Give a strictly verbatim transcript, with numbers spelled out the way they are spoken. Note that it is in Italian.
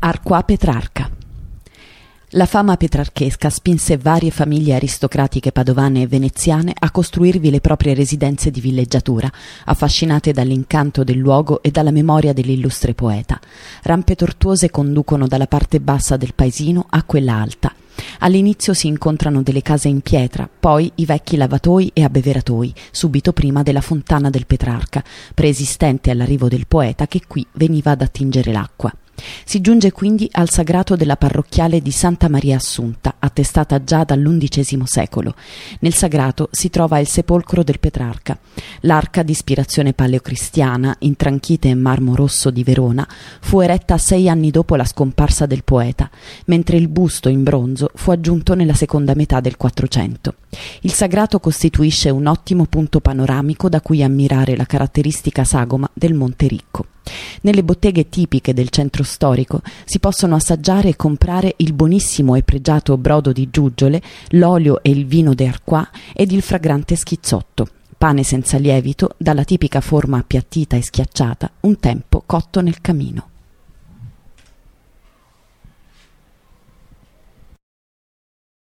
Arquà Petrarca. La fama petrarchesca spinse varie famiglie aristocratiche padovane e veneziane a costruirvi le proprie residenze di villeggiatura, affascinate dall'incanto del luogo e dalla memoria dell'illustre poeta. Rampe tortuose conducono dalla parte bassa del paesino a quella alta. All'inizio si incontrano delle case in pietra, poi i vecchi lavatoi e abbeveratoi, subito prima della fontana del Petrarca, preesistente all'arrivo del poeta che qui veniva ad attingere l'acqua. Si giunge quindi al sagrato della parrocchiale di Santa Maria Assunta, attestata già dall'undicesimo secolo. Nel sagrato si trova il sepolcro del Petrarca. L'arca di ispirazione paleocristiana, intranchita in marmo rosso di Verona, fu eretta sei anni dopo la scomparsa del poeta, mentre il busto in bronzo fu aggiunto nella seconda metà del Quattrocento. Il sagrato costituisce un ottimo punto panoramico da cui ammirare la caratteristica sagoma del Monte Ricco. Nelle botteghe tipiche del centro storico si possono assaggiare e comprare il buonissimo e pregiato brodo di giuggiole, l'olio e il vino d'Arquà ed il fragrante schizzotto, pane senza lievito dalla tipica forma appiattita e schiacciata, un tempo cotto nel camino.